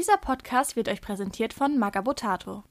Dieser Podcast wird euch präsentiert von Magabotato.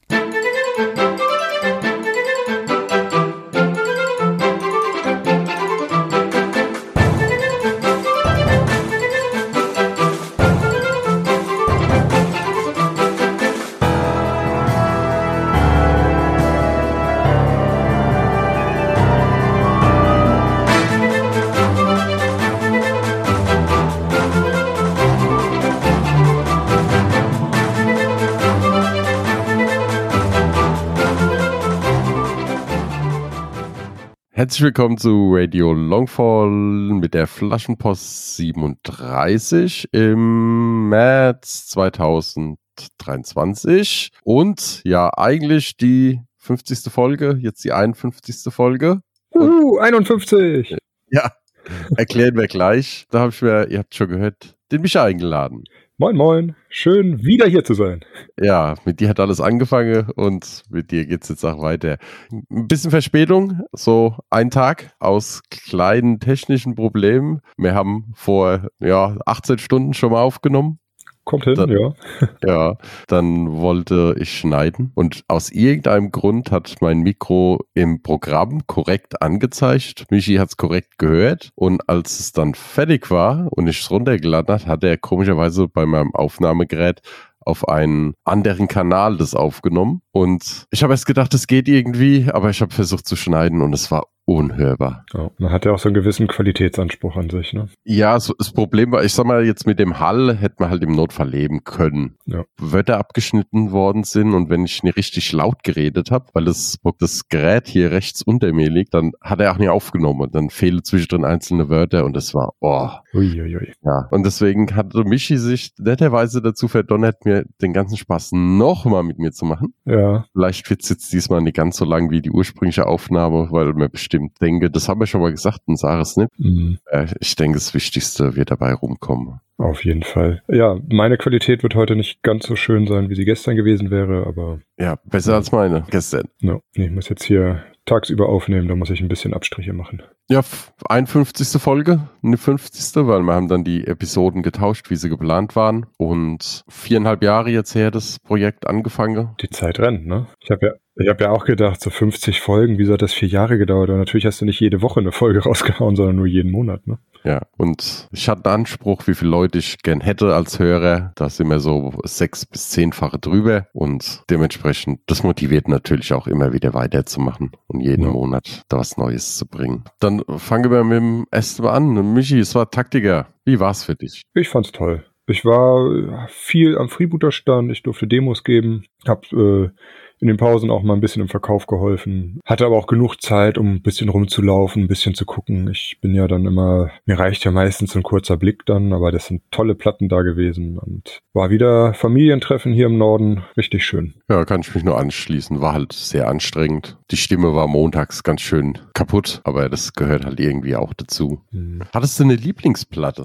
Herzlich willkommen zu Radio Longfall mit der Flaschenpost 37 im März 2023 und ja, eigentlich die 50. Folge, jetzt die 51. Folge. 51! Ja, erklären wir gleich. Da habe ich mir, ihr habt schon gehört, den Micha eingeladen. Moin moin, schön wieder hier zu sein. Ja, mit dir hat alles angefangen und mit dir geht es jetzt auch weiter. Ein bisschen Verspätung, so ein Tag aus kleinen technischen Problemen. Wir haben vor 18 Stunden schon mal aufgenommen. Kommt hin, ja. Ja, dann wollte ich schneiden und aus irgendeinem Grund hat mein Mikro im Programm korrekt angezeigt. Michi hat es korrekt gehört und als es dann fertig war und ich es runtergeladen hat, hat er komischerweise bei meinem Aufnahmegerät auf einen anderen Kanal das aufgenommen und ich habe erst gedacht, es geht irgendwie, aber ich habe versucht zu schneiden und es war unhörbar. Ja, man hat ja auch so einen gewissen Qualitätsanspruch an sich, ne? Ja, so, das Problem war, ich sag mal, jetzt mit dem Hall hätte man halt im Notfall leben können. Ja. Wörter abgeschnitten worden sind und wenn ich nicht richtig laut geredet habe, weil das Gerät hier rechts unter mir liegt, dann hat er auch nicht aufgenommen und dann fehlen zwischendrin einzelne Wörter und das war, Uiuiui. Ja, und deswegen hatte Michi sich netterweise dazu verdonnert, mir den ganzen Spaß nochmal mit mir zu machen. Ja. Vielleicht wird es jetzt diesmal nicht ganz so lang wie die ursprüngliche Aufnahme, weil mir bestimmt denke, das haben wir schon mal gesagt und sage es nicht. Mhm. Ich denke, das Wichtigste wird dabei rumkommen. Auf jeden Fall. Ja, meine Qualität wird heute nicht ganz so schön sein, wie sie gestern gewesen wäre, aber... Ja, besser als meine gestern. No. Ich muss jetzt hier tagsüber aufnehmen, da muss ich ein bisschen Abstriche machen. Ja, 51. Folge, eine 50. Weil wir haben dann die Episoden getauscht, wie sie geplant waren. Und 4,5 Jahre jetzt her das Projekt angefangen. Die Zeit rennt, ne? Ich habe ja auch gedacht, so 50 Folgen, wieso hat das 4 Jahre gedauert? Und natürlich hast du nicht jede Woche eine Folge rausgehauen, sondern nur jeden Monat, ne? Ja, und ich hatte einen Anspruch, wie viele Leute ich gern hätte als Hörer. Da sind wir so 6- bis 10-fache drüber. Und dementsprechend, das motiviert natürlich auch immer wieder weiterzumachen und jeden Monat da was Neues zu bringen. Dann fangen wir mit dem ersten Mal an. Michi, es war Taktiker. Wie war's für dich? Ich fand's toll. Ich war viel am Freebooter-Stand, ich durfte Demos geben, hab in den Pausen auch mal ein bisschen im Verkauf geholfen, hatte aber auch genug Zeit, um ein bisschen rumzulaufen, ein bisschen zu gucken. Ich bin ja dann immer, mir reicht ja meistens ein kurzer Blick dann, aber das sind tolle Platten da gewesen und war wieder Familientreffen hier im Norden, richtig schön. Ja, kann ich mich nur anschließen, war halt sehr anstrengend. Die Stimme war montags ganz schön kaputt, aber das gehört halt irgendwie auch dazu. Hattest du eine Lieblingsplatte?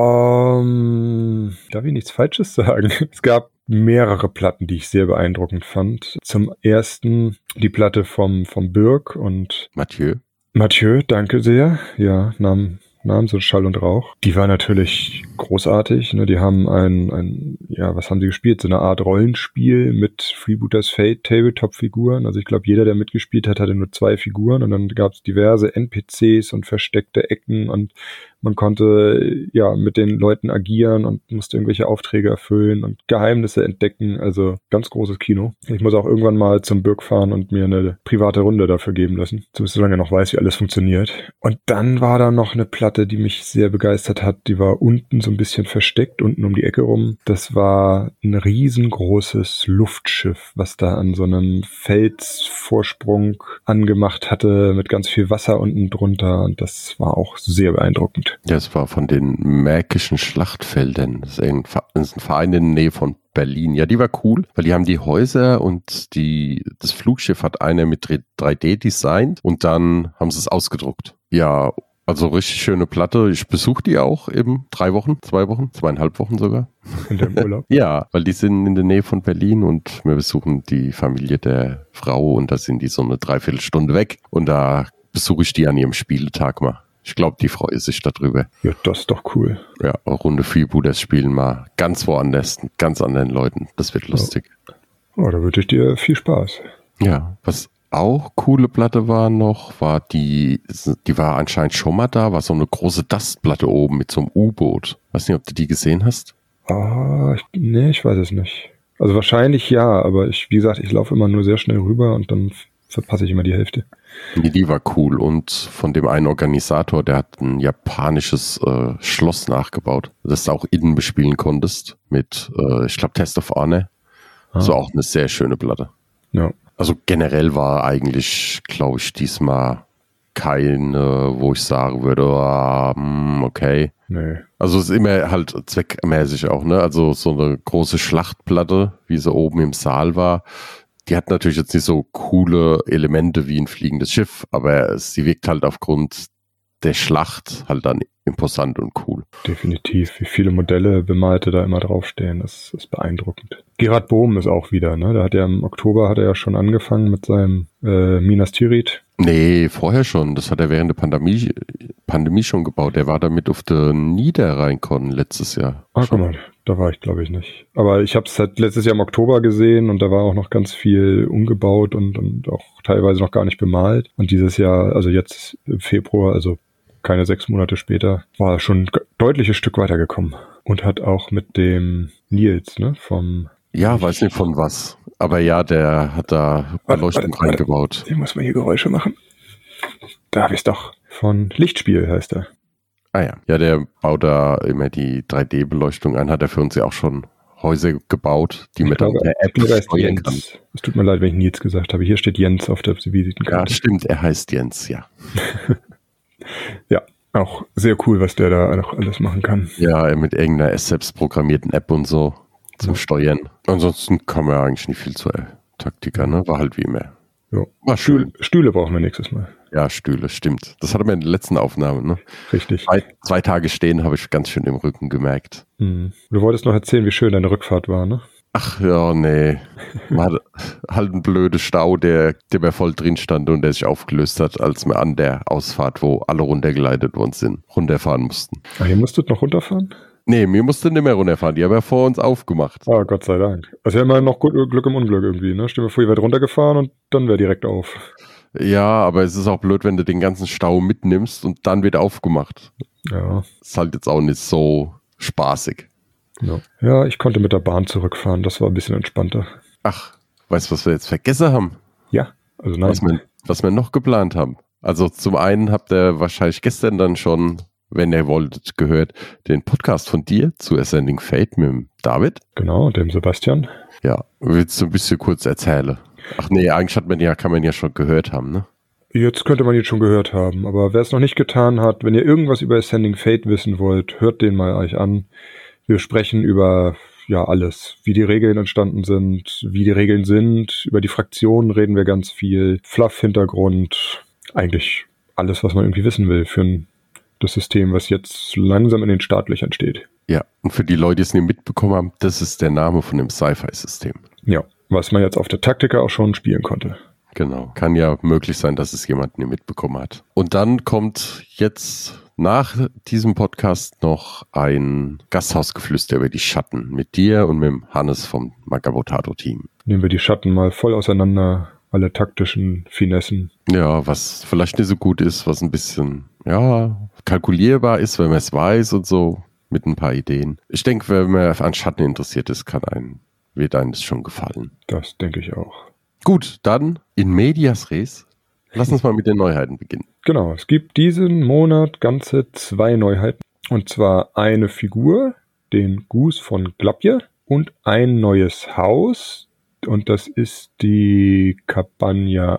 Darf ich nichts Falsches sagen? Es gab mehrere Platten, die ich sehr beeindruckend fand. Zum ersten die Platte vom Birk und Mathieu, danke sehr. Ja, Namen so Schall und Rauch. Die war natürlich großartig. Ne? Die haben was haben sie gespielt? So eine Art Rollenspiel mit Freebooters Fate Tabletop-Figuren. Also ich glaube, jeder, der mitgespielt hat, hatte nur 2 Figuren und dann gab es diverse NPCs und versteckte Ecken und man konnte ja mit den Leuten agieren und musste irgendwelche Aufträge erfüllen und Geheimnisse entdecken. Also ganz großes Kino. Ich muss auch irgendwann mal zum Birk fahren und mir eine private Runde dafür geben lassen. Zumindest solange er noch weiß, wie alles funktioniert. Und dann war da noch eine Platte, die mich sehr begeistert hat. Die war unten so ein bisschen versteckt, unten um die Ecke rum. Das war ein riesengroßes Luftschiff, was da an so einem Felsvorsprung angemacht hatte mit ganz viel Wasser unten drunter. Und das war auch sehr beeindruckend. Ja, es war von den Märkischen Schlachtfeldern. Das ist ein Verein in der Nähe von Berlin. Ja, die war cool, weil die haben die Häuser und das Flugschiff hat einer mit 3D designt und dann haben sie es ausgedruckt. Ja, also richtig schöne Platte. Ich besuche die auch eben 3 Wochen, 2 Wochen, 2,5 Wochen sogar. In deinem Urlaub? Ja, weil die sind in der Nähe von Berlin und wir besuchen die Familie der Frau und da sind die so eine Dreiviertelstunde weg und da besuche ich die an ihrem Spieletag mal. Ich glaube, die freut sich darüber. Ja, das ist doch cool. Ja, Runde Freebooters spielen mal ganz woanders, mit ganz anderen Leuten. Das wird lustig. Oh, da wünsche ich dir viel Spaß. Ja, was auch coole Platte war noch, war die war anscheinend schon mal da, war so eine große Dustplatte oben mit so einem U-Boot. Weiß nicht, ob du die gesehen hast? Nee, ich weiß es nicht. Also wahrscheinlich ja, aber wie gesagt, ich laufe immer nur sehr schnell rüber und dann verpasse ich immer die Hälfte. Die war cool und von dem einen Organisator, der hat ein japanisches Schloss nachgebaut, das du auch innen bespielen konntest mit, ich glaube, Test of Honor. So auch eine sehr schöne Platte. Ja. Also generell war eigentlich, glaube ich, diesmal keine, wo ich sagen würde, okay. Nee. Also es ist immer halt zweckmäßig auch, ne? Also so eine große Schlachtplatte, wie sie oben im Saal war, die hat natürlich jetzt nicht so coole Elemente wie ein fliegendes Schiff, aber sie wirkt halt aufgrund der Schlacht halt dann imposant und cool. Definitiv. Wie viele Modelle bemalte da immer draufstehen, das ist beeindruckend. Gerard Bohm ist auch wieder, ne? Da hat er im Oktober ja schon angefangen mit seinem Minas Tirith. Nee, vorher schon. Das hat er während der Pandemie schon gebaut. Der war damit auf der Niederrhein-Con letztes Jahr. Guck mal, da war ich glaube ich nicht. Aber ich habe es halt letztes Jahr im Oktober gesehen und da war auch noch ganz viel umgebaut und auch teilweise noch gar nicht bemalt. Und dieses Jahr, also jetzt im Februar, also keine 6 Monate später, war er schon ein deutliches Stück weitergekommen. Und hat auch mit dem Nils, ne, ja, weiß nicht von was. Aber ja, der hat da Beleuchtung reingebaut. Ich muss mal hier Geräusche machen. Da habe ich es doch. Von Lichtspiel heißt er. Ah ja. Ja, der baut da immer die 3D-Beleuchtung ein. Hat er für uns ja auch schon Häuser gebaut, die mit der App steuern kann. Es tut mir leid, wenn ich Nils gesagt habe. Hier steht Jens auf der Visitenkarte. Ja, stimmt. Er heißt Jens, ja. Ja, auch sehr cool, was der da noch alles machen kann. Ja, mit irgendeiner selbst programmierten App und so zum Steuern. Ansonsten kam ja eigentlich nicht viel zur Taktika, ne? War halt wie immer. Ja. War schön. Stühle brauchen wir nächstes Mal. Ja, Stühle, stimmt. Das hatten wir in der letzten Aufnahme, ne? Richtig. 2 Tage stehen habe ich ganz schön im Rücken gemerkt. Mhm. Du wolltest noch erzählen, wie schön deine Rückfahrt war, ne? Ach ja, nee. War halt ein blöder Stau, der mir voll drin stand und der sich aufgelöst hat, als wir an der Ausfahrt, wo alle runtergeleitet worden sind, runterfahren mussten. Ach, ihr musstet noch runterfahren? Nee, wir mussten nicht mehr runterfahren. Die haben ja vor uns aufgemacht. Ah, Gott sei Dank. Also ja immer noch Glück im Unglück irgendwie, ne? Stell dir vor, ihr werdet runtergefahren und dann wäre direkt auf. Ja, aber es ist auch blöd, wenn du den ganzen Stau mitnimmst und dann wird aufgemacht. Ja. Ist halt jetzt auch nicht so spaßig. Ja, ich konnte mit der Bahn zurückfahren. Das war ein bisschen entspannter. Ach, weißt du, was wir jetzt vergessen haben? Ja, also nein. Was wir noch geplant haben. Also zum einen habt ihr wahrscheinlich gestern dann schon, wenn ihr wolltet, gehört, den Podcast von dir zu Ascending Fate mit dem David. Genau, dem Sebastian. Ja, willst du ein bisschen kurz erzählen? Ach nee, eigentlich kann man ja schon gehört haben, ne? Jetzt könnte man jetzt schon gehört haben, aber wer es noch nicht getan hat, wenn ihr irgendwas über Ascending Fate wissen wollt, hört den mal euch an. Wir sprechen über alles, wie die Regeln entstanden sind, wie die Regeln sind, über die Fraktionen reden wir ganz viel, Fluff-Hintergrund, eigentlich alles, was man irgendwie wissen will für das System, was jetzt langsam in den Startlöchern steht. Ja, und für die Leute, die es nicht mitbekommen haben, das ist der Name von dem Sci-Fi-System. Ja, was man jetzt auf der Taktika auch schon spielen konnte. Genau, kann ja möglich sein, dass es jemand nicht mitbekommen hat. Und dann kommt jetzt nach diesem Podcast noch ein Gasthausgeflüster über die Schatten mit dir und mit dem Hannes vom Magabotato-Team. Nehmen wir die Schatten mal voll auseinander, alle taktischen Finessen. Ja, was vielleicht nicht so gut ist, was ein bisschen, kalkulierbar ist, wenn man es weiß und so, mit ein paar Ideen. Ich denke, wenn man an Schatten interessiert ist, wird einem das schon gefallen. Das denke ich auch. Gut, dann in medias res. Lass uns mal mit den Neuheiten beginnen. Genau, es gibt diesen Monat ganze 2 Neuheiten. Und zwar eine Figur, den Goose von Glapje, und ein neues Haus. Und das ist die Cabaña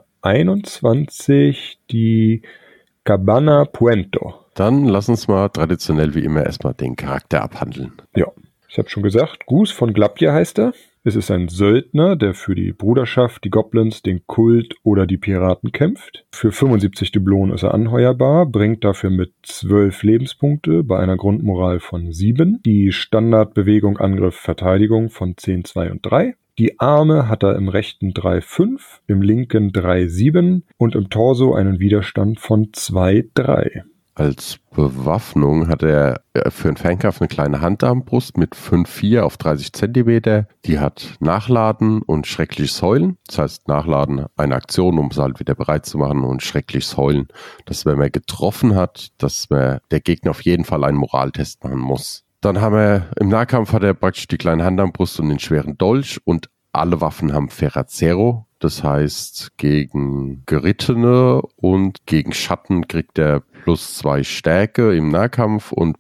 21, die Cabana Puento. Dann lass uns mal traditionell wie immer erstmal den Charakter abhandeln. Ja, ich habe schon gesagt, Goose von Glapje heißt er. Es ist ein Söldner, der für die Bruderschaft, die Goblins, den Kult oder die Piraten kämpft. Für 75 Dublonen ist er anheuerbar, bringt dafür mit 12 Lebenspunkte bei einer Grundmoral von 7. Die Standardbewegung Angriff Verteidigung von 10, 2 und 3. Die Arme hat er im rechten 3,5, im linken 3,7 und im Torso einen Widerstand von 2,3. Als Bewaffnung hat er für einen Fernkampf eine kleine Handarmbrust mit 5,4 auf 30 Zentimeter. Die hat Nachladen und schreckliches Heulen. Das heißt, Nachladen eine Aktion, um es halt wieder bereit zu machen, und schreckliches Heulen, dass wenn man getroffen hat, dass der Gegner auf jeden Fall einen Moraltest machen muss. Dann haben wir im Nahkampf hat er praktisch die kleine Handarmbrust und den schweren Dolch, und alle Waffen haben Ferrazero. Das heißt, gegen Gerittene und gegen Schatten kriegt er +2 Stärke im Nahkampf und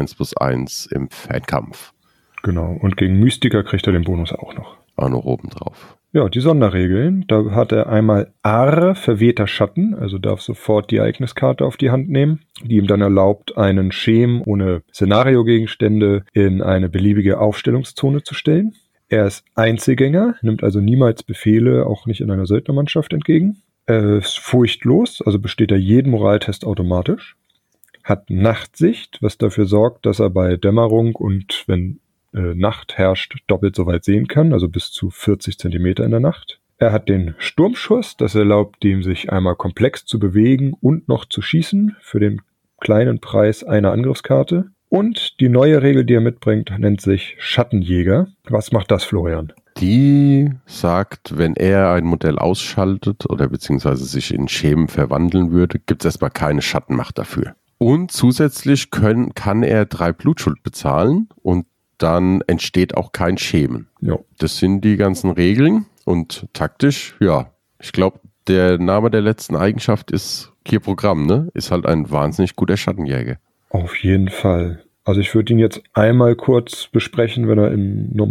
+1/+1 im Fernkampf. Genau, und gegen Mystiker kriegt er den Bonus auch noch. Auch noch oben drauf. Ja, die Sonderregeln. Da hat er einmal Arre, verwehter Schatten, also darf sofort die Ereigniskarte auf die Hand nehmen, die ihm dann erlaubt, einen Schem ohne Szenariogegenstände in eine beliebige Aufstellungszone zu stellen. Er ist Einzelgänger, nimmt also niemals Befehle, auch nicht in einer Söldnermannschaft, entgegen. Er ist furchtlos, also besteht er jeden Moraltest automatisch. Hat Nachtsicht, was dafür sorgt, dass er bei Dämmerung und wenn Nacht herrscht, doppelt so weit sehen kann, also bis zu 40 Zentimeter in der Nacht. Er hat den Sturmschuss, das erlaubt ihm, sich einmal komplex zu bewegen und noch zu schießen für den kleinen Preis einer Angriffskarte. Und die neue Regel, die er mitbringt, nennt sich Schattenjäger. Was macht das, Florian? Die sagt, wenn er ein Modell ausschaltet oder beziehungsweise sich in Schemen verwandeln würde, gibt es erstmal keine Schattenmacht dafür. Und zusätzlich kann er 3 Blutschuld bezahlen und dann entsteht auch kein Schemen. Ja. Das sind die ganzen Regeln, und taktisch, ja, ich glaube, der Name der letzten Eigenschaft ist hier Programm, ne? Ist halt ein wahnsinnig guter Schattenjäger. Auf jeden Fall. Also ich würde ihn jetzt einmal kurz besprechen, wenn er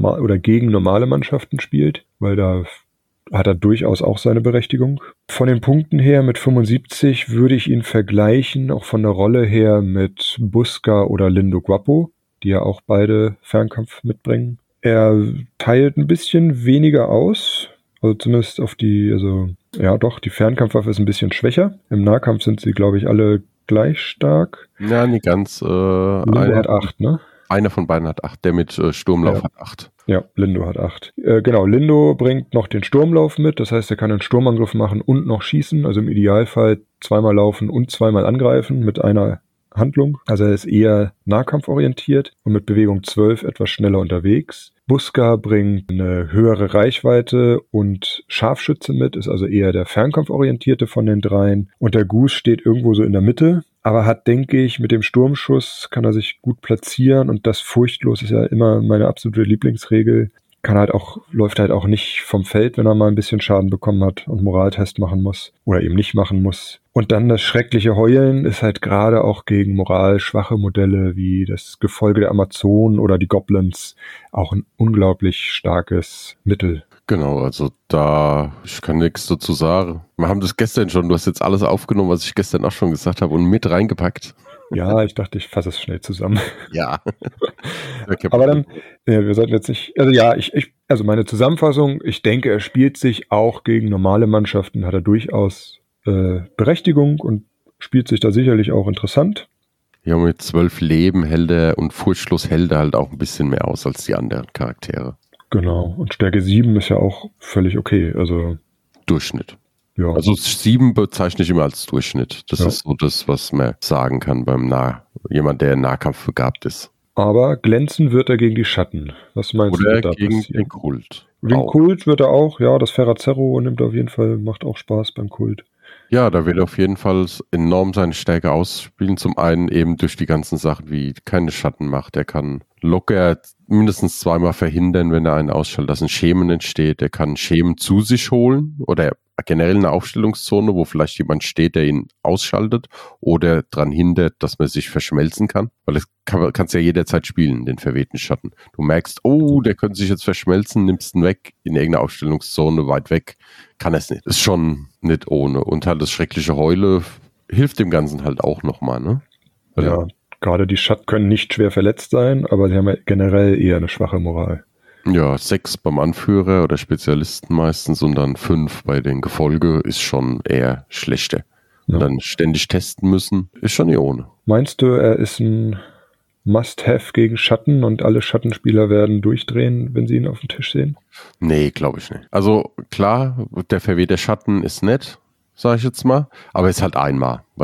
gegen normale Mannschaften spielt, weil da hat er durchaus auch seine Berechtigung. Von den Punkten her mit 75 würde ich ihn vergleichen, auch von der Rolle her, mit Busca oder Lindo Guapo, die ja auch beide Fernkampf mitbringen. Er teilt ein bisschen weniger aus, also zumindest die Fernkampfwaffe ist ein bisschen schwächer. Im Nahkampf sind sie, glaube ich, alle gleich stark. Ja, nicht ganz. Lindo hat 8, ne? Einer von beiden hat 8, der mit Sturmlauf hat 8. Ja, Lindo hat 8. Genau, Lindo bringt noch den Sturmlauf mit, das heißt, er kann einen Sturmangriff machen und noch schießen, also im Idealfall 2-mal laufen und 2-mal angreifen mit einer Handlung. Also er ist eher nahkampforientiert und mit Bewegung 12 etwas schneller unterwegs. Busca bringt eine höhere Reichweite und Scharfschütze mit, ist also eher der Fernkampforientierte von den dreien. Und der Goose steht irgendwo so in der Mitte, aber hat, denke ich, mit dem Sturmschuss kann er sich gut platzieren, und das furchtlos ist ja immer meine absolute Lieblingsregel. Läuft halt auch nicht vom Feld, wenn er mal ein bisschen Schaden bekommen hat und Moraltest machen muss oder eben nicht machen muss. Und dann das schreckliche Heulen ist halt gerade auch gegen moralschwache Modelle wie das Gefolge der Amazonen oder die Goblins auch ein unglaublich starkes Mittel. Genau, also ich kann nichts dazu sagen. Wir haben das gestern schon, du hast jetzt alles aufgenommen, was ich gestern auch schon gesagt habe, und mit reingepackt. Ja, ich dachte, ich fasse es schnell zusammen. Ja. Aber dann, wir sollten jetzt nicht, also meine Zusammenfassung, ich denke, er spielt sich auch gegen normale Mannschaften, hat er durchaus Berechtigung und spielt sich da sicherlich auch interessant. Ja, mit 12 Leben hält er und furchtlos hält er halt auch ein bisschen mehr aus als die anderen Charaktere. Genau, und Stärke 7 ist ja auch völlig okay, also Durchschnitt. Ja. Also 7 bezeichne ich immer als Durchschnitt. Das ist so das, was man sagen kann beim jemand, der Nahkampf begabt ist. Aber glänzen wird er gegen die Schatten. Was meinst du, da gegen passiert? den Kult. Den Kult wird er auch, ja, das Ferrazero nimmt auf jeden Fall, macht auch Spaß beim Kult. Ja, da will er auf jeden Fall enorm seine Stärke ausspielen. Zum einen eben durch die ganzen Sachen wie keine Schattenmacht. Er kann locker mindestens 2-mal verhindern, wenn er einen ausschaltet, dass ein Schemen entsteht. Er kann Schemen zu sich holen oder generell eine Aufstellungszone, wo vielleicht jemand steht, der ihn ausschaltet oder daran hindert, dass man sich verschmelzen kann. Weil das kannst ja jederzeit spielen, den verwehten Schatten. Du merkst, der könnte sich jetzt verschmelzen, nimmst ihn weg in irgendeiner Aufstellungszone weit weg. Kann es nicht. Ist schon nicht ohne. Und halt das schreckliche Heule hilft dem Ganzen halt auch nochmal, ne? Ja, gerade die Schatten können nicht schwer verletzt sein, aber sie haben ja generell eher eine schwache Moral. Ja, 6 beim Anführer oder Spezialisten meistens und dann 5 bei den Gefolge ist schon eher schlechter. Ja. Und dann ständig testen müssen, ist schon nicht ohne. Meinst du, er ist ein Must-Have gegen Schatten und alle Schattenspieler werden durchdrehen, wenn sie ihn auf dem Tisch sehen? Nee, glaube ich nicht. Also klar, der verwehte Schatten ist nett, sage ich jetzt mal, aber ist halt einmal, weil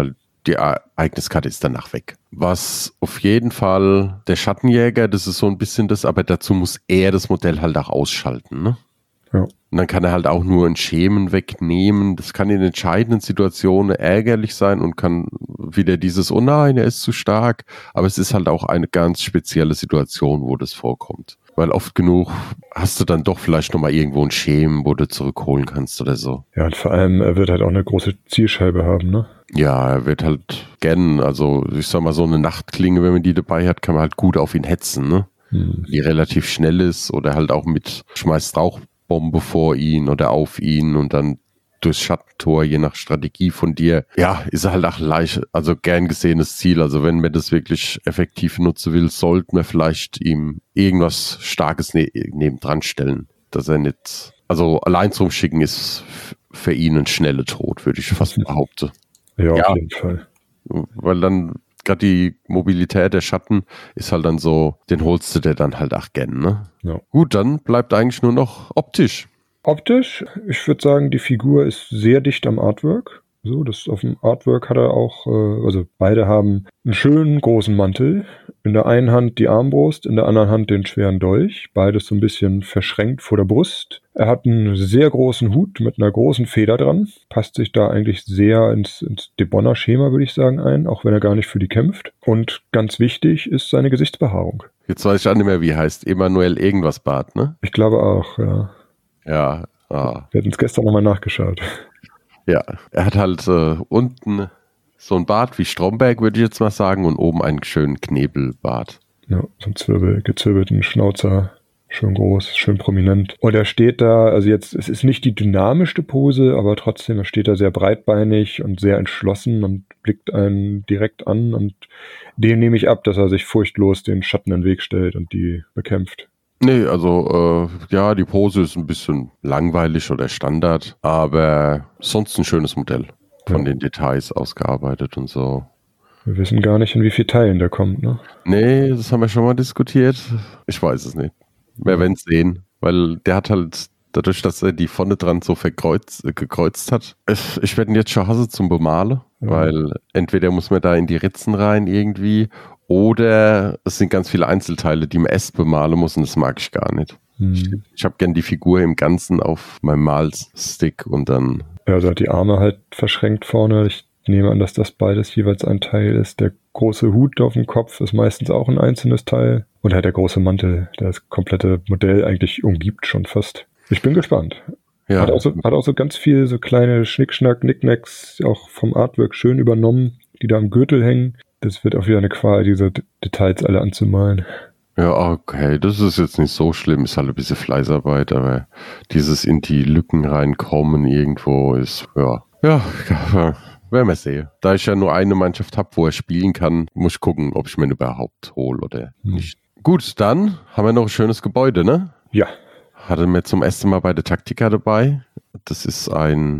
die Ereigniskarte ist danach weg. Was auf jeden Fall der Schattenjäger, das ist so ein bisschen das, aber dazu muss er das Modell halt auch ausschalten, ne? Ja. Und dann kann er halt auch nur einen Schemen wegnehmen. Das kann in entscheidenden Situationen ärgerlich sein und kann wieder dieses, oh nein, er ist zu stark. Aber es ist halt auch eine ganz spezielle Situation, wo das vorkommt. Weil oft genug hast du dann doch vielleicht nochmal irgendwo einen Schemen, wo du zurückholen kannst oder so. Ja, und vor allem, er wird halt auch eine große Zielscheibe haben, ne? Ja, er wird halt gern, also ich sag mal, so eine Nachtklinge, wenn man die dabei hat, kann man halt gut auf ihn hetzen, ne? Die relativ schnell ist oder halt auch mit schmeißt Rauchbombe vor ihn oder auf ihn und dann durchs Schattentor, je nach Strategie von dir. Ja, ist halt auch leicht, also gern gesehenes Ziel. Also wenn man das wirklich effektiv nutzen will, sollte man vielleicht ihm irgendwas Starkes nebendran stellen, dass er nicht, also allein zum Schicken ist für ihn ein schneller Tod, würde ich fast behaupten. Ja, auf jeden Fall. Weil dann gerade die Mobilität der Schatten ist halt dann so, den holst du dir dann halt auch gern, ne? Ja. Gut, dann bleibt eigentlich nur noch optisch. Optisch, ich würde sagen, die Figur ist sehr dicht am Artwork. So, das auf dem Artwork hat er auch, also beide haben einen schönen großen Mantel. In der einen Hand die Armbrust, in der anderen Hand den schweren Dolch. Beides so ein bisschen verschränkt vor der Brust. Er hat einen sehr großen Hut mit einer großen Feder dran. Passt sich da eigentlich sehr ins Debonner-Schema, würde ich sagen, ein, auch wenn er gar nicht für die kämpft. Und ganz wichtig ist seine Gesichtsbehaarung. Jetzt weiß ich auch nicht mehr, wie er heißt. Emanuel irgendwas Bart, ne? Ich glaube auch, ja. Ja. Wir hatten es gestern nochmal nachgeschaut. Ja, er hat halt unten so ein Bart wie Stromberg, würde ich jetzt mal sagen, und oben einen schönen Knebelbart. Ja, so einen gezwirbelten Schnauzer, schön groß, schön prominent. Und er steht da, also jetzt, es ist nicht die dynamischste Pose, aber trotzdem, er steht da sehr breitbeinig und sehr entschlossen und blickt einen direkt an und dem nehme ich ab, dass er sich furchtlos den Schatten in den Weg stellt und die bekämpft. Nee, also ja, die Pose ist ein bisschen langweilig oder Standard, aber sonst ein schönes Modell. Von den Details ausgearbeitet und so. Wir wissen gar nicht, in wie vielen Teilen der kommt, ne? Nee, das haben wir schon mal diskutiert. Ich weiß es nicht. Wir werden es sehen, weil der hat halt, dadurch, dass er die vorne dran so gekreuzt hat, ich werde ihn jetzt schon hassen zum Bemalen, weil entweder muss man da in die Ritzen rein irgendwie oder es sind ganz viele Einzelteile, die man erst bemalen muss und das mag ich gar nicht. Ich habe gern die Figur im Ganzen auf meinem Malstick und dann... Ja, also hat die Arme halt verschränkt vorne. Ich nehme an, dass das beides jeweils ein Teil ist. Der große Hut auf dem Kopf ist meistens auch ein einzelnes Teil. Und halt der große Mantel, der das komplette Modell eigentlich umgibt schon fast. Ich bin gespannt. Ja. Hat auch so ganz viel so kleine Schnickschnack, Knickknacks auch vom Artwork schön übernommen, die da am Gürtel hängen. Das wird auch wieder eine Qual, diese Details alle anzumalen. Ja, okay, das ist jetzt nicht so schlimm, ist halt ein bisschen Fleißarbeit, aber dieses in die Lücken reinkommen irgendwo ist, ja, werden wir sehen. Da ich ja nur eine Mannschaft habe, wo er spielen kann, muss ich gucken, ob ich mir überhaupt hole oder nicht. Gut, dann haben wir noch ein schönes Gebäude, ne? Ja. Hatten wir zum ersten Mal bei der Taktika dabei. Das ist eine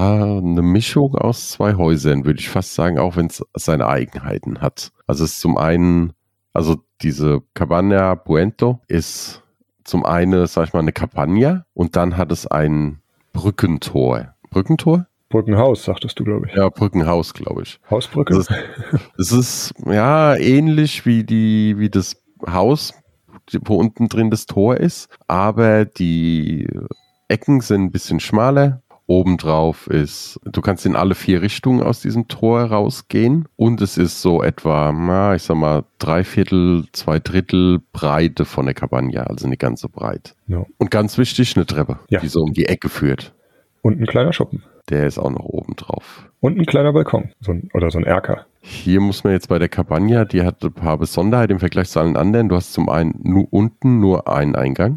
Mischung aus zwei Häusern, würde ich fast sagen, auch wenn es seine Eigenheiten hat. Also es ist zum einen, also diese Cabana Puento ist zum einen, sag ich mal, eine Campagna und dann hat es ein Brückentor. Brückentor? Brückenhaus, sagtest du, glaube ich. Ja, Brückenhaus, glaube ich. Hausbrücke? Es ist ja ähnlich wie das Haus, wo unten drin das Tor ist, aber die Ecken sind ein bisschen schmaler. Obendrauf ist, du kannst in alle 4 Richtungen aus diesem Tor rausgehen und es ist so etwa, ich sag mal, 3/4, 2/3 Breite von der Cabana, also nicht ganz so breit. Ja. Und ganz wichtig, eine Treppe, die so um die Ecke führt. Und ein kleiner Schuppen. Der ist auch noch oben drauf. Und ein kleiner Balkon, so ein Erker. Hier muss man jetzt bei der Cabana, die hat ein paar Besonderheiten im Vergleich zu allen anderen. Du hast zum einen unten nur einen Eingang.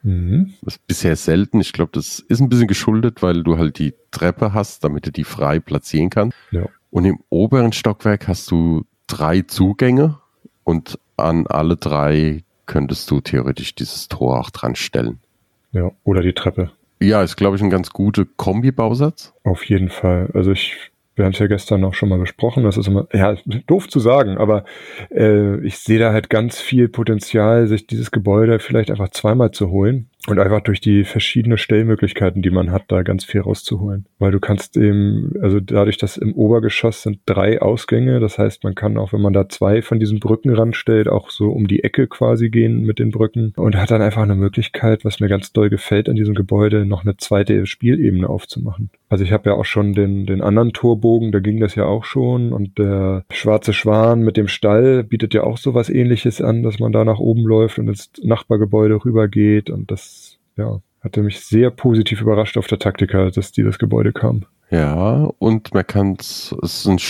Das ist bisher selten. Ich glaube, das ist ein bisschen geschuldet, weil du halt die Treppe hast, damit du die frei platzieren kannst. Ja. Und im oberen Stockwerk hast du 3 Zugänge und an alle 3 könntest du theoretisch dieses Tor auch dran stellen. Ja, oder die Treppe. Ja, ist, glaube ich, ein ganz guter Kombi-Bausatz. Auf jeden Fall. Also wir haben es ja gestern auch schon mal besprochen, das ist immer, ja, doof zu sagen, aber ich sehe da halt ganz viel Potenzial, sich dieses Gebäude vielleicht einfach zweimal zu holen. Und einfach durch die verschiedenen Stellmöglichkeiten, die man hat, da ganz viel rauszuholen. Weil du kannst eben, also dadurch, dass im Obergeschoss sind 3 Ausgänge, das heißt, man kann auch, wenn man da 2 von diesen Brücken ranstellt, auch so um die Ecke quasi gehen mit den Brücken und hat dann einfach eine Möglichkeit, was mir ganz doll gefällt an diesem Gebäude, noch eine zweite Spielebene aufzumachen. Also ich habe ja auch schon den anderen Torbogen, da ging das ja auch schon, und der Schwarze Schwan mit dem Stall bietet ja auch sowas Ähnliches an, dass man da nach oben läuft und ins Nachbargebäude rübergeht, und das hatte mich sehr positiv überrascht auf der Taktika, dass dieses Gebäude kam. Ja, und es ist ein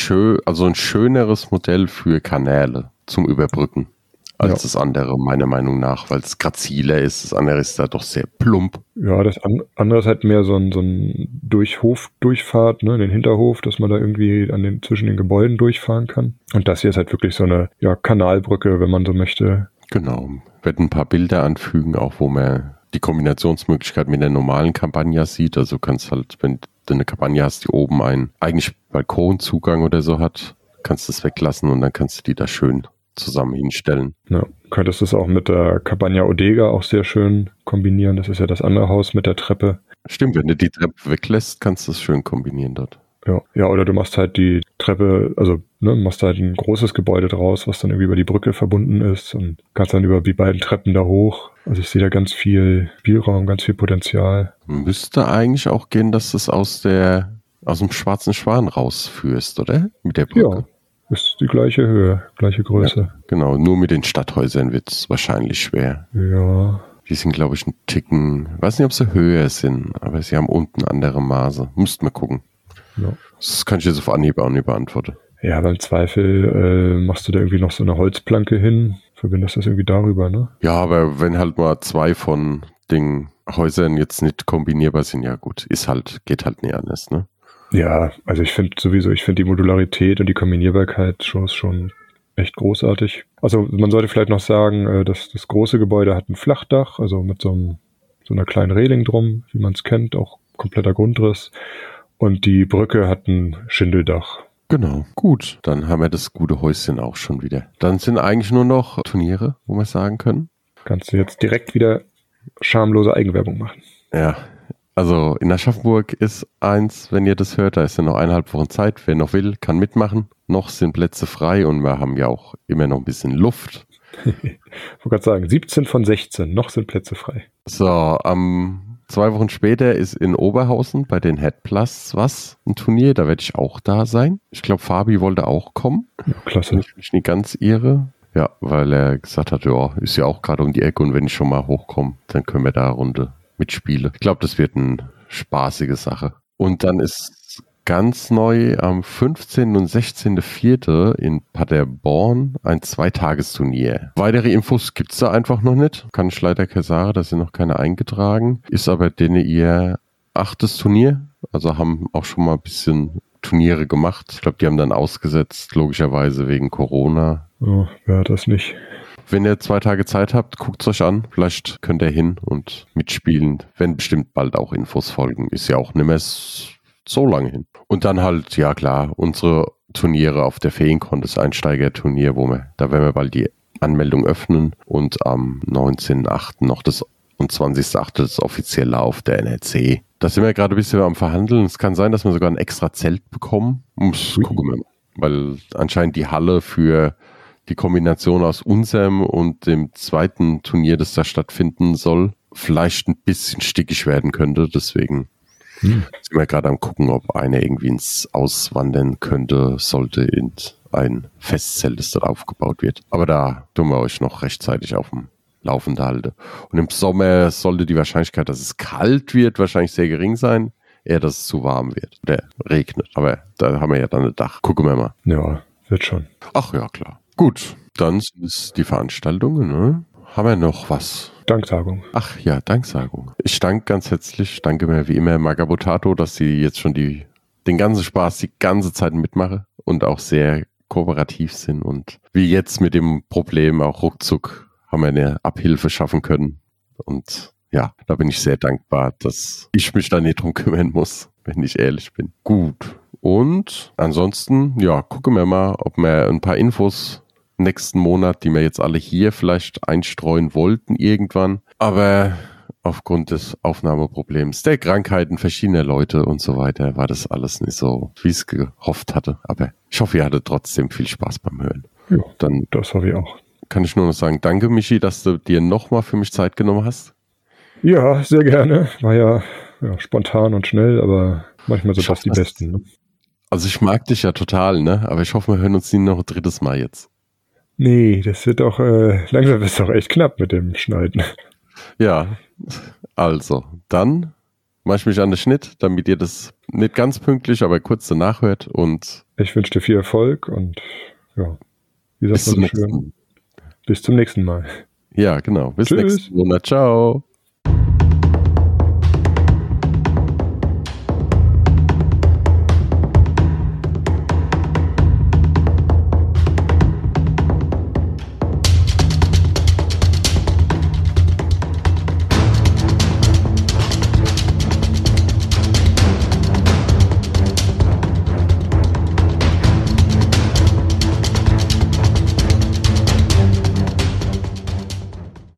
schöneres Modell für Kanäle zum Überbrücken als das andere, meiner Meinung nach, weil es graziler ist. Das andere ist da doch sehr plump. Ja, das andere ist halt mehr so ein Durchfahrt, ne, den Hinterhof, dass man da irgendwie zwischen den Gebäuden durchfahren kann. Und das hier ist halt wirklich so eine Kanalbrücke, wenn man so möchte. Genau. Ich werde ein paar Bilder anfügen, auch wo man die Kombinationsmöglichkeit mit der normalen Campagna sieht. Also kannst halt, wenn du eine Campagna hast, die oben einen eigentlich Balkonzugang oder so hat, kannst du das weglassen und dann kannst du die da schön zusammen hinstellen. Ja, könntest du es auch mit der Campagna Odega auch sehr schön kombinieren. Das ist ja das andere Haus mit der Treppe. Stimmt, wenn du die Treppe weglässt, kannst du es schön kombinieren dort. Ja, oder du machst halt die Treppe, also machst halt ein großes Gebäude draus, was dann irgendwie über die Brücke verbunden ist, und kannst dann über die beiden Treppen da hoch. Also ich sehe da ganz viel Spielraum, ganz viel Potenzial. Müsste eigentlich auch gehen, dass du es aus dem Schwarzen Schwan rausführst, oder? Mit der Brücke. Ja, ist die gleiche Höhe, gleiche Größe. Ja, genau, nur mit den Stadthäusern wird es wahrscheinlich schwer. Ja. Die sind, glaube ich, ein Ticken, weiß nicht, ob sie höher sind, aber sie haben unten andere Maße. Müssten wir gucken. Ja. Das kann ich jetzt auf Anhieb auch nicht beantworten. Ja, beim Zweifel machst du da irgendwie noch so eine Holzplanke hin, verbindest das irgendwie darüber, ne? Ja, aber wenn halt mal 2 von den Häusern jetzt nicht kombinierbar sind, ja gut, geht halt nicht anders, ne? Ja, also ich finde die Modularität und die Kombinierbarkeit schon echt großartig. Also man sollte vielleicht noch sagen, dass das große Gebäude hat ein Flachdach, also mit so einer kleinen Reling drum, wie man es kennt, auch kompletter Grundriss. Und die Brücke hat ein Schindeldach. Genau, gut. Dann haben wir das gute Häuschen auch schon wieder. Dann sind eigentlich nur noch Turniere, wo wir sagen können. Kannst du jetzt direkt wieder schamlose Eigenwerbung machen. Ja, also in Aschaffenburg ist eins, wenn ihr das hört, da ist ja noch 1,5 Wochen Zeit. Wer noch will, kann mitmachen. Noch sind Plätze frei und wir haben ja auch immer noch ein bisschen Luft. Ich wollte gerade sagen, 17 von 16, noch sind Plätze frei. So, 2 Wochen später ist in Oberhausen bei den Head Plus ein Turnier, da werde ich auch da sein. Ich glaube, Fabi wollte auch kommen. Ja, klasse. Wenn ich mich nicht ganz irre. Ja, weil er gesagt hat, ja, ist ja auch gerade um die Ecke und wenn ich schon mal hochkomme, dann können wir da eine Runde mitspielen. Ich glaube, das wird eine spaßige Sache. Und dann ist ganz neu am 15. und 16.04. in Paderborn ein 2-Tagesturnier. Weitere Infos gibt es da einfach noch nicht. Kann ich leider keine sagen, da sind noch keine eingetragen. Ist aber ihr 8. Turnier. Also haben auch schon mal ein bisschen Turniere gemacht. Ich glaube, die haben dann ausgesetzt, logischerweise wegen Corona. Oh, wer hat das nicht? Wenn ihr 2 Tage Zeit habt, guckt es euch an. Vielleicht könnt ihr hin und mitspielen, wenn bestimmt bald auch Infos folgen. Ist ja auch nicht mehr so lange hin. Und dann halt, ja klar, unsere Turniere auf der Feenkon, das Einsteigerturnier, da werden wir bald die Anmeldung öffnen und am 19.08. noch und 20.08. das offizielle auf der NRC. Da sind wir gerade ein bisschen am Verhandeln. Es kann sein, dass wir sogar ein extra Zelt bekommen. Gucken wir mal. Weil anscheinend die Halle für die Kombination aus unserem und dem zweiten Turnier, das da stattfinden soll, vielleicht ein bisschen stickig werden könnte. Deswegen sind wir gerade am gucken, ob einer irgendwie ins Auswandern könnte, sollte in ein Festzelt, das dort aufgebaut wird. Aber da tun wir euch noch rechtzeitig auf dem Laufenden halten. Und im Sommer sollte die Wahrscheinlichkeit, dass es kalt wird, wahrscheinlich sehr gering sein. Eher, dass es zu warm wird. Oder regnet. Aber da haben wir ja dann ein Dach. Gucken wir mal. Ja, wird schon. Ach ja, klar. Gut, dann sind es die Veranstaltungen, ne? Haben wir noch was? Danksagung. Ach ja, Danksagung. Ich danke ganz herzlich, danke mir wie immer Magabotato, dass sie jetzt schon den ganzen Spaß die ganze Zeit mitmache und auch sehr kooperativ sind und wie jetzt mit dem Problem auch ruckzuck haben wir eine Abhilfe schaffen können. Und ja, da bin ich sehr dankbar, dass ich mich da nicht drum kümmern muss, wenn ich ehrlich bin. Gut. Und ansonsten, ja, gucken wir mal, ob wir ein paar Infos nächsten Monat, die wir jetzt alle hier vielleicht einstreuen wollten irgendwann. Aber aufgrund des Aufnahmeproblems, der Krankheiten verschiedener Leute und so weiter, war das alles nicht so, wie ich es gehofft hatte. Aber ich hoffe, ihr hattet trotzdem viel Spaß beim Hören. Ja, dann das hoffe ich auch. Kann ich nur noch sagen, danke Michi, dass du dir nochmal für mich Zeit genommen hast. Ja, sehr gerne. War ja spontan und schnell, aber manchmal sind das die Besten. Ne? Also ich mag dich ja total, ne? Aber ich hoffe, wir hören uns nie noch ein drittes Mal jetzt. Nee, das wird auch, langsam ist es auch echt knapp mit dem Schneiden. Ja, also, dann mache ich mich an den Schnitt, damit ihr das nicht ganz pünktlich, aber kurz danach hört und ich wünsche dir viel Erfolg und ja, wie sagt man so schön? Bis zum nächsten Mal. Ja, genau. Bis Tschüss. nächsten Monat. Ciao.